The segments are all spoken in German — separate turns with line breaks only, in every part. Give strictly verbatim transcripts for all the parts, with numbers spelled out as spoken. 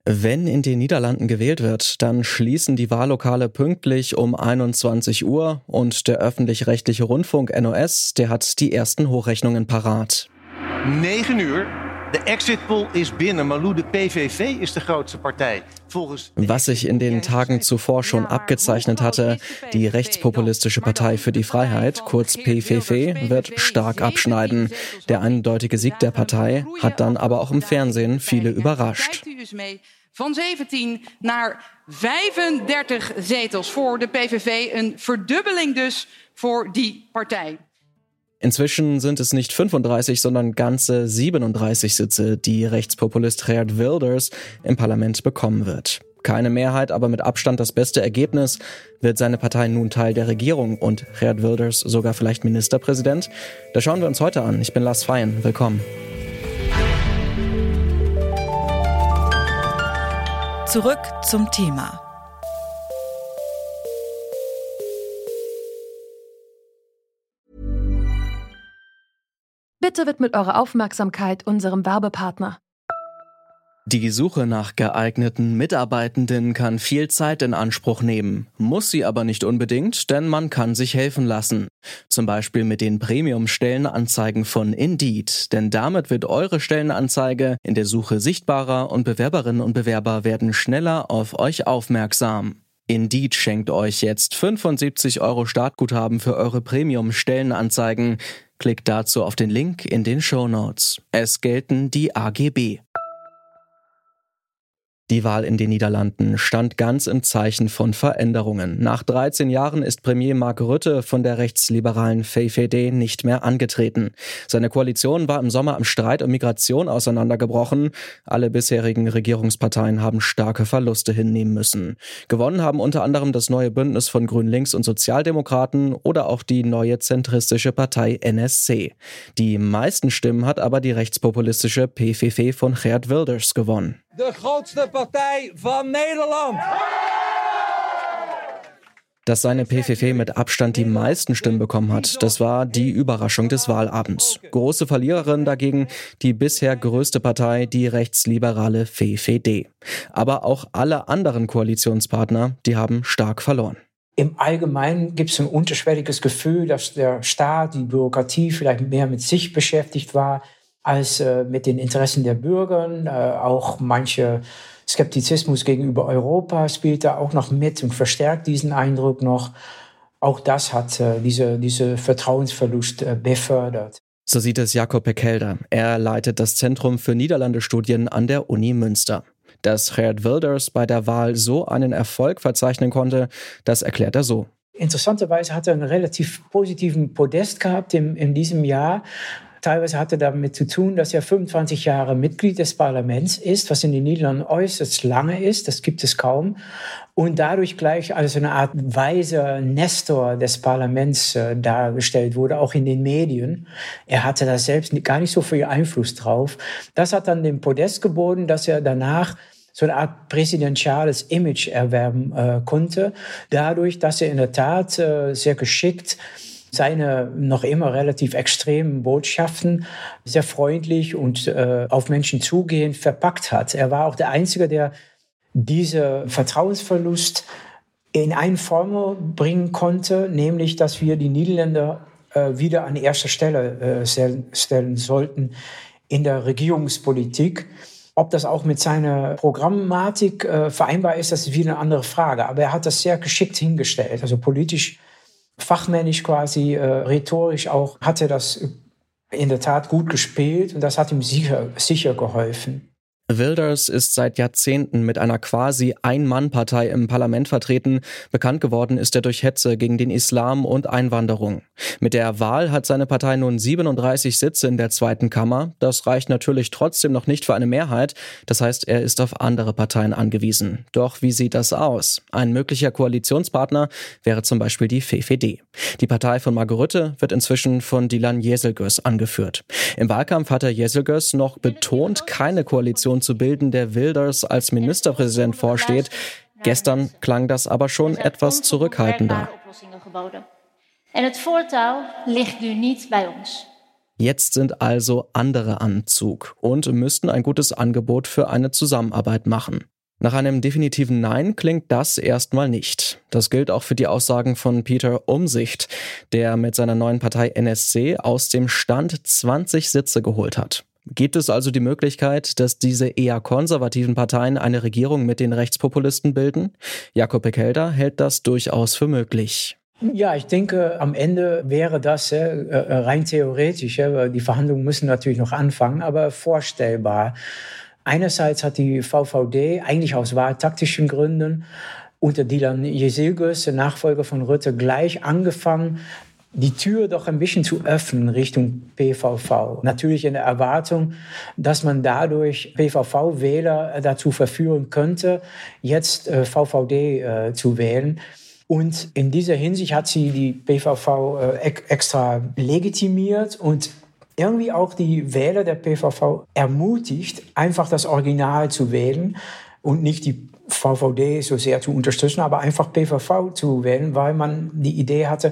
Wenn in den Niederlanden gewählt wird, dann schließen die Wahllokale pünktlich um einundzwanzig Uhr und der öffentlich-rechtliche Rundfunk N O S, der hat die ersten Hochrechnungen parat.
negen uur. De exit poll is binnen. Malou, de P V V is de grootste Partei. Volgens
Was sich in den Tagen zuvor schon abgezeichnet hatte, die rechtspopulistische Partei für die Freiheit, kurz P V V, wird stark abschneiden. Der eindeutige Sieg der Partei hat dann aber auch im Fernsehen viele überrascht.
Van zeventien naar vijfendertig zetels voor de P V V. Een verdubbeling dus voor die partij.
Inzwischen sind es nicht fünfunddreißig, sondern ganze siebenunddreißig Sitze, die Rechtspopulist Geert Wilders im Parlament bekommen wird. Keine Mehrheit, aber mit Abstand das beste Ergebnis. Wird seine Partei nun Teil der Regierung und Geert Wilders sogar vielleicht Ministerpräsident? Das schauen wir uns heute an. Ich bin Lars Feyen. Willkommen.
Zurück zum Thema.
Bitte widmet eure Aufmerksamkeit unserem Werbepartner.
Die Suche nach geeigneten Mitarbeitenden kann viel Zeit in Anspruch nehmen, muss sie aber nicht unbedingt, denn man kann sich helfen lassen. Zum Beispiel mit den Premium-Stellenanzeigen von Indeed, denn damit wird eure Stellenanzeige in der Suche sichtbarer und Bewerberinnen und Bewerber werden schneller auf euch aufmerksam. Indeed schenkt euch jetzt fünfundsiebzig Euro Startguthaben für eure Premium-Stellenanzeigen. Klickt dazu auf den Link in den Shownotes. Es gelten die A G B. Die Wahl in den Niederlanden stand ganz im Zeichen von Veränderungen. Nach dreizehn Jahren ist Premier Mark Rutte von der rechtsliberalen V V D nicht mehr angetreten. Seine Koalition war im Sommer am Streit um Migration auseinandergebrochen. Alle bisherigen Regierungsparteien haben starke Verluste hinnehmen müssen. Gewonnen haben unter anderem das neue Bündnis von Grün-Links und Sozialdemokraten oder auch die neue zentristische Partei N S C. Die meisten Stimmen hat aber die rechtspopulistische P V V von Geert Wilders gewonnen.
De grootste Partei van Nederland.
Dass seine P V V mit Abstand die meisten Stimmen bekommen hat, das war die Überraschung des Wahlabends. Große Verliererin dagegen die bisher größte Partei, die rechtsliberale V V D. Aber auch alle anderen Koalitionspartner, die haben stark verloren.
Im Allgemeinen gibt es ein unterschwelliges Gefühl, dass der Staat, die Bürokratie vielleicht mehr mit sich beschäftigt war, als äh, mit den Interessen der Bürger. Äh, auch manche Skeptizismus gegenüber Europa spielt da auch noch mit und verstärkt diesen Eindruck noch. Auch das hat äh, diese, diese Vertrauensverlust äh, befördert.
So sieht es Jacob Pekelder. Er leitet das Zentrum für Niederlande-Studien an der Uni Münster. Dass Geert Wilders bei der Wahl so einen Erfolg verzeichnen konnte, das erklärt er so.
Interessanterweise hat er einen relativ positiven Podest gehabt in, in diesem Jahr. Teilweise hatte damit zu tun, dass er fünfundzwanzig Jahre Mitglied des Parlaments ist, was in den Niederlanden äußerst lange ist, das gibt es kaum. Und dadurch gleich als eine Art weiser Nestor des Parlaments äh, dargestellt wurde, auch in den Medien. Er hatte da selbst gar nicht so viel Einfluss drauf. Das hat dann dem Podest geboten, dass er danach so eine Art präsidentiales Image erwerben äh, konnte, dadurch, dass er in der Tat äh, sehr geschickt seine noch immer relativ extremen Botschaften sehr freundlich und äh, auf Menschen zugehend verpackt hat. Er war auch der Einzige, der diesen Vertrauensverlust in eine Formel bringen konnte, nämlich, dass wir die Niederländer äh, wieder an erster Stelle äh, stellen sollten in der Regierungspolitik. Ob das auch mit seiner Programmatik äh, vereinbar ist, das ist wieder eine andere Frage. Aber er hat das sehr geschickt hingestellt, also politisch fachmännisch quasi, äh, rhetorisch auch, hat er das in der Tat gut gespielt und das hat ihm sicher, sicher geholfen.
Wilders ist seit Jahrzehnten mit einer quasi Ein-Mann-Partei im Parlament vertreten. Bekannt geworden ist er durch Hetze gegen den Islam und Einwanderung. Mit der Wahl hat seine Partei nun siebenunddreißig Sitze in der zweiten Kammer. Das reicht natürlich trotzdem noch nicht für eine Mehrheit. Das heißt, er ist auf andere Parteien angewiesen. Doch wie sieht das aus? Ein möglicher Koalitionspartner wäre zum Beispiel die V V D. Die Partei von Mark Rutte wird inzwischen von Dylan Jezelgus angeführt. Im Wahlkampf hatte Jezelgus noch betont, keine Koalition zu bilden, der Wilders als Ministerpräsident vorsteht. Gestern klang das aber schon etwas zurückhaltender. Jetzt sind also andere am Zug und müssten ein gutes Angebot für eine Zusammenarbeit machen. Nach einem definitiven Nein klingt das erstmal nicht. Das gilt auch für die Aussagen von Pieter Omtzigt, der mit seiner neuen Partei N S C aus dem Stand zwanzig Sitze geholt hat. Gibt es also die Möglichkeit, dass diese eher konservativen Parteien eine Regierung mit den Rechtspopulisten bilden? Jakob Pekelder hält das durchaus für möglich.
Ja, ich denke, am Ende wäre das äh, rein theoretisch, äh, die Verhandlungen müssen natürlich noch anfangen, aber vorstellbar. Einerseits hat die V V D eigentlich aus wahltaktischen Gründen unter Dylan Jezilgus, der Nachfolger von Rutte, gleich angefangen, die Tür doch ein bisschen zu öffnen Richtung P V V. Natürlich in der Erwartung, dass man dadurch P V V-Wähler dazu verführen könnte, jetzt äh, V V D äh, zu wählen. Und in dieser Hinsicht hat sie die P V V äh, extra legitimiert und irgendwie auch die Wähler der P V V ermutigt, einfach das Original zu wählen und nicht die V V D so sehr zu unterstützen, aber einfach P V V zu wählen, weil man die Idee hatte,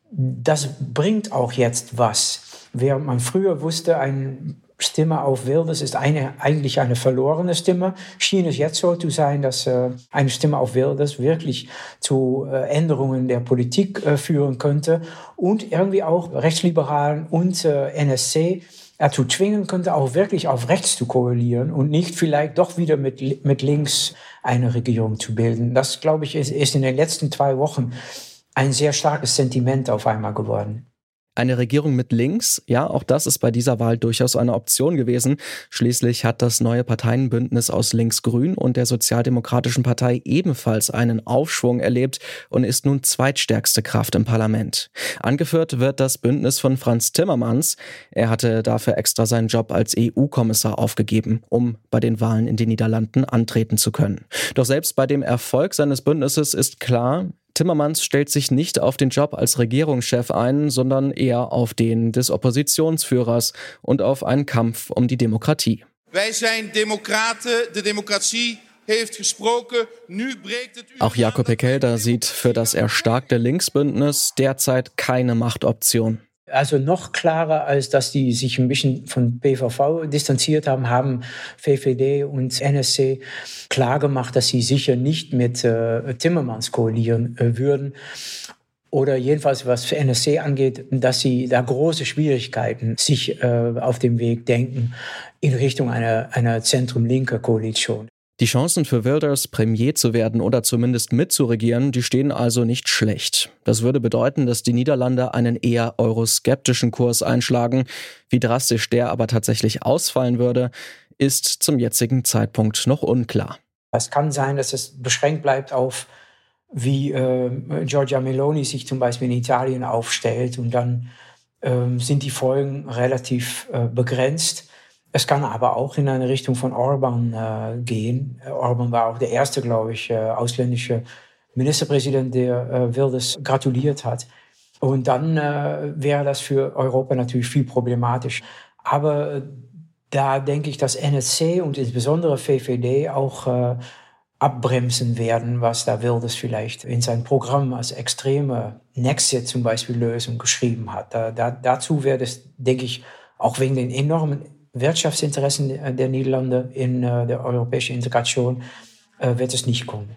das bringt auch jetzt was. Während man früher wusste, eine Stimme auf Wilders ist eine, eigentlich eine verlorene Stimme, schien es jetzt so zu sein, dass äh, eine Stimme auf Wilders wirklich zu äh, Änderungen der Politik äh, führen könnte und irgendwie auch Rechtsliberalen und äh, N S C dazu zwingen könnte, auch wirklich auf rechts zu koalieren und nicht vielleicht doch wieder mit, mit links eine Regierung zu bilden. Das, glaube ich, ist, ist in den letzten zwei Wochen ein sehr starkes Sentiment auf einmal geworden.
Eine Regierung mit links, ja, auch das ist bei dieser Wahl durchaus eine Option gewesen. Schließlich hat das neue Parteienbündnis aus Links-Grün und der Sozialdemokratischen Partei ebenfalls einen Aufschwung erlebt und ist nun zweitstärkste Kraft im Parlament. Angeführt wird das Bündnis von Frans Timmermans. Er hatte dafür extra seinen Job als E U-Kommissar aufgegeben, um bei den Wahlen in den Niederlanden antreten zu können. Doch selbst bei dem Erfolg seines Bündnisses ist klar, Timmermans stellt sich nicht auf den Job als Regierungschef ein, sondern eher auf den des Oppositionsführers und auf einen Kampf um die Demokratie.
Wij zijn democraten, de democratie heeft gesproken, nu breekt het...
Auch Jakob Pekelder sieht für das erstarkte Linksbündnis derzeit keine Machtoption.
Also noch klarer, als dass die sich ein bisschen von P V V distanziert haben, haben V V D und N S C klargemacht, dass sie sicher nicht mit äh, Timmermans koalieren äh, würden. Oder jedenfalls, was N S C angeht, dass sie da große Schwierigkeiten sich äh, auf dem Weg denken in Richtung einer, einer zentrum-linker Koalition.
Die Chancen für Wilders, Premier zu werden oder zumindest mitzuregieren, die stehen also nicht schlecht. Das würde bedeuten, dass die Niederlande einen eher euroskeptischen Kurs einschlagen. Wie drastisch der aber tatsächlich ausfallen würde, ist zum jetzigen Zeitpunkt noch unklar.
Es kann sein, dass es beschränkt bleibt auf, wie äh, Giorgia Meloni sich zum Beispiel in Italien aufstellt. Und dann äh, sind die Folgen relativ äh, begrenzt. Es kann aber auch in eine Richtung von Orban äh, gehen. Orban war auch der erste, glaube ich, äh, ausländische Ministerpräsident, der äh, Wilders gratuliert hat. Und dann äh, wäre das für Europa natürlich viel problematisch. Aber äh, da denke ich, dass N S C und insbesondere V V D auch äh, abbremsen werden, was da Wilders vielleicht in sein Programm als extreme Nexit zum Beispiel Lösung geschrieben hat. Da, da, dazu wird es, denke ich, auch wegen den enormen Wirtschaftsinteressen der Niederlande in uh, der europäischen Integration uh, wird es nicht kommen.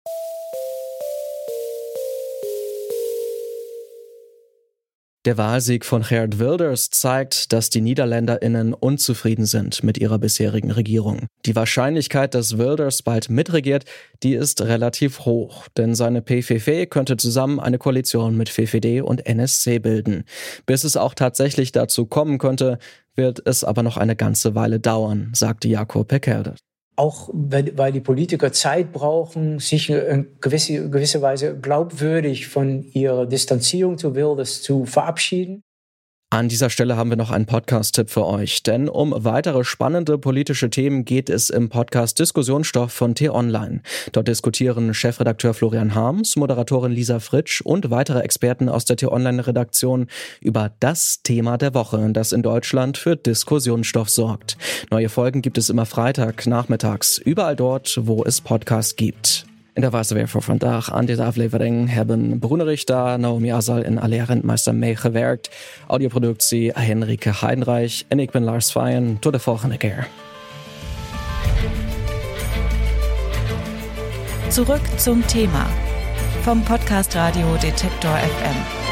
Der Wahlsieg von Geert Wilders zeigt, dass die NiederländerInnen unzufrieden sind mit ihrer bisherigen Regierung. Die Wahrscheinlichkeit, dass Wilders bald mitregiert, die ist relativ hoch, denn seine P V V könnte zusammen eine Koalition mit V V D und N S C bilden. Bis es auch tatsächlich dazu kommen könnte, wird es aber noch eine ganze Weile dauern, sagte Jakob Pekelder.
Auch weil die Politiker Zeit brauchen, sich in gewisse, gewisse Weise glaubwürdig von ihrer Distanzierung zu Wilders zu verabschieden.
An dieser Stelle haben wir noch einen Podcast-Tipp für euch, denn um weitere spannende politische Themen geht es im Podcast Diskussionsstoff von T-Online. Dort diskutieren Chefredakteur Florian Harms, Moderatorin Lisa Fritsch und weitere Experten aus der T-Online-Redaktion über das Thema der Woche, das in Deutschland für Diskussionsstoff sorgt. Neue Folgen gibt es immer Freitag nachmittags, überall dort, wo es Podcasts gibt. En dat was er weer voor vandaag. Aan deze aflevering hebben Bruno Richter, Naomi Azal en Alea Rentmeister meegewerkt. Audioproductie Henrike Heidenreich en ik ben Lars Feyen. Tot de volgende keer.
Zurück zum Thema vom Podcast Radio Detektor F M.